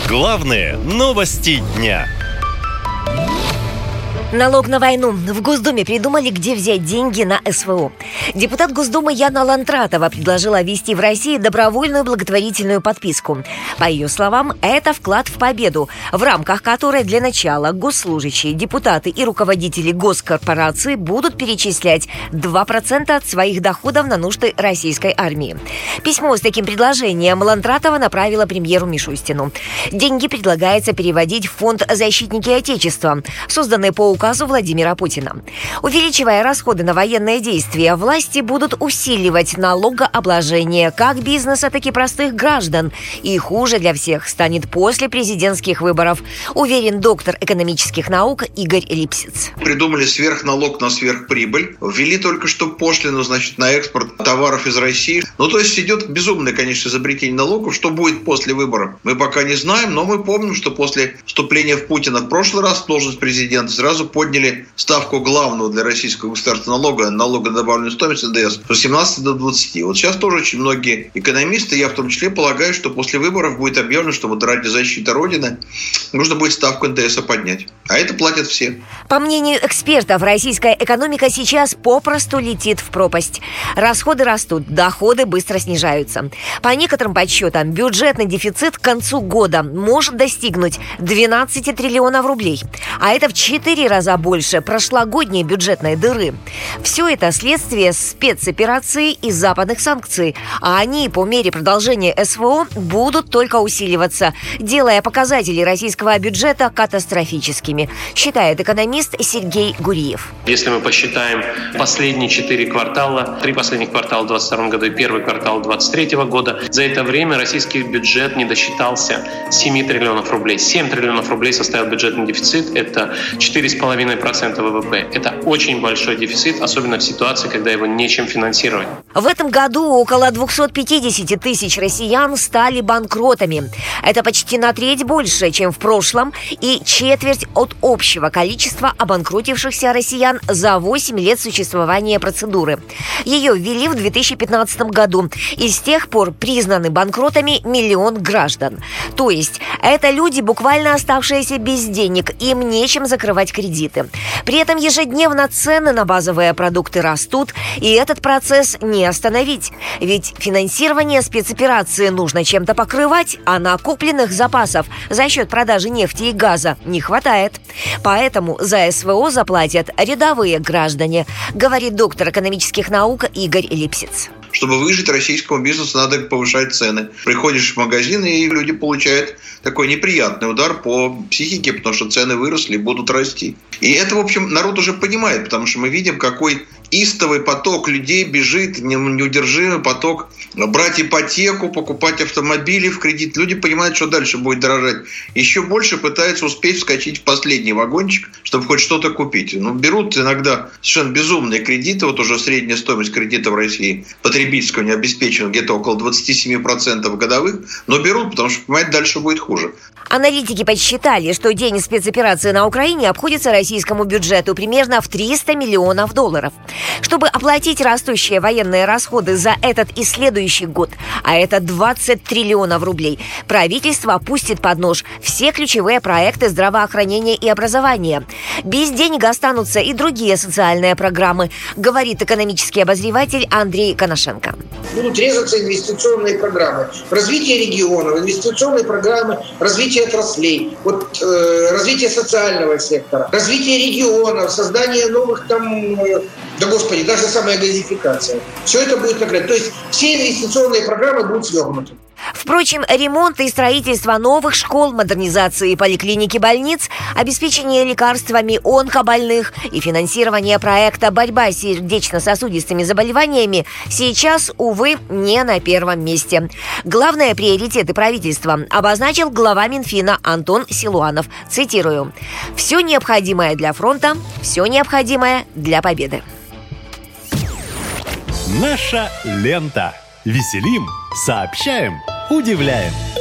Главные новости дня. Налог на войну. В Госдуме придумали, где взять деньги на СВО. Депутат Госдумы Яна Лантратова предложила ввести в России добровольную благотворительную подписку. По ее словам, это вклад в победу, в рамках которой для начала госслужащие, депутаты и руководители госкорпораций будут перечислять 2% от своих доходов на нужды российской армии. Письмо с таким предложением Лантратова направила премьеру Мишустину. Деньги предлагается переводить в фонд «Защитники Отечества», созданный по указу Владимира Путина. Увеличивая расходы на военные действия, власти будут усиливать налогообложение как бизнеса, так и простых граждан. И хуже для всех станет после президентских выборов, уверен доктор экономических наук Игорь Липсиц. Придумали сверхналог на сверхприбыль. Ввели только что пошлину, на экспорт товаров из России. То есть идет безумное, конечно, изобретение налогов. Что будет после выборов, мы пока не знаем, но мы помним, что после вступления в Путина в прошлый раз в должность президента сразу подняли ставку главного для российского государственного налога на добавленную стоимость НДС с 17 до 20. Вот сейчас тоже очень многие экономисты, я в том числе, полагаю, что после выборов будет объявлено, что ради защиты Родины нужно будет ставку НДС поднять. А это платят все. По мнению экспертов, российская экономика сейчас попросту летит в пропасть. Расходы растут, доходы быстро снижаются. По некоторым подсчетам, бюджетный дефицит к концу года может достигнуть 12 триллионов рублей. А это в 4 раза больше прошлогодней бюджетной дыры. Все это следствие спецоперации и западных санкций. А они по мере продолжения СВО будут только усиливаться, делая показатели российского бюджета катастрофическими, считает экономист Сергей Гуриев. Если мы посчитаем последние 4 квартала, 3 последних квартала в 2022 году и первый квартал 2023 года, за это время российский бюджет не досчитался 7 триллионов рублей. 7 триллионов рублей составил бюджетный дефицит. Это 4,5% ВВП. Это очень большой дефицит, особенно в ситуации, когда его нечем финансировать. В этом году около 250 тысяч россиян стали банкротами. Это почти на треть больше, чем в прошлом, и четверть от общего количества обанкротившихся россиян за 8 лет существования процедуры. Ее ввели в 2015 году, и с тех пор признаны банкротами 1 миллион граждан. То есть это люди, буквально оставшиеся без денег, им нечем закрывать кредиты. При этом ежедневно цены на базовые продукты растут, и этот процесс не остановить. Ведь финансирование спецоперации нужно чем-то покрывать, а накопленных запасов за счет продажи нефти и газа не хватает. Поэтому за СВО заплатят рядовые граждане, говорит доктор экономических наук Игорь Липсиц. Чтобы выжить российскому бизнесу, надо повышать цены. Приходишь в магазин, и люди получают такой неприятный удар по психике, потому что цены выросли и будут расти. И это, в общем, народ уже понимает, потому что мы видим, какой истовый поток людей бежит, неудержимый поток брать ипотеку, покупать автомобили в кредит. Люди понимают, что дальше будет дорожать. Еще больше пытаются успеть вскочить в последний вагончик, чтобы хоть что-то купить. Берут иногда совершенно безумные кредиты. Вот уже средняя стоимость кредита в России потребительского не обеспечена где-то около 27% годовых. Но берут, потому что, понимаете, дальше будет хуже. Аналитики подсчитали, что день спецоперации на Украине обходится российскому бюджету примерно в $300 миллионов. Чтобы оплатить растущие военные расходы за этот и следующий год, а это 20 триллионов рублей, правительство опустит под нож все ключевые проекты здравоохранения и образования. Без денег останутся и другие социальные программы, говорит экономический обозреватель Андрей Коношенко. Будут резаться инвестиционные программы. Развитие регионов, инвестиционные программы, развитие отраслей, развитие социального сектора, развитие регионов, создание новых даже самая газификация. Все это будет накрыто. То есть все инвестиционные программы будут свергнуты. Впрочем, ремонт и строительство новых школ, модернизации поликлиники, больниц, обеспечение лекарствами онкобольных и финансирование проекта «Борьба с сердечно-сосудистыми заболеваниями» сейчас, увы, не на первом месте. Главные приоритеты правительства обозначил глава Минфина Антон Силуанов. Цитирую: «Все необходимое для фронта, все необходимое для победы». Наша лента. Веселим, сообщаем, удивляем.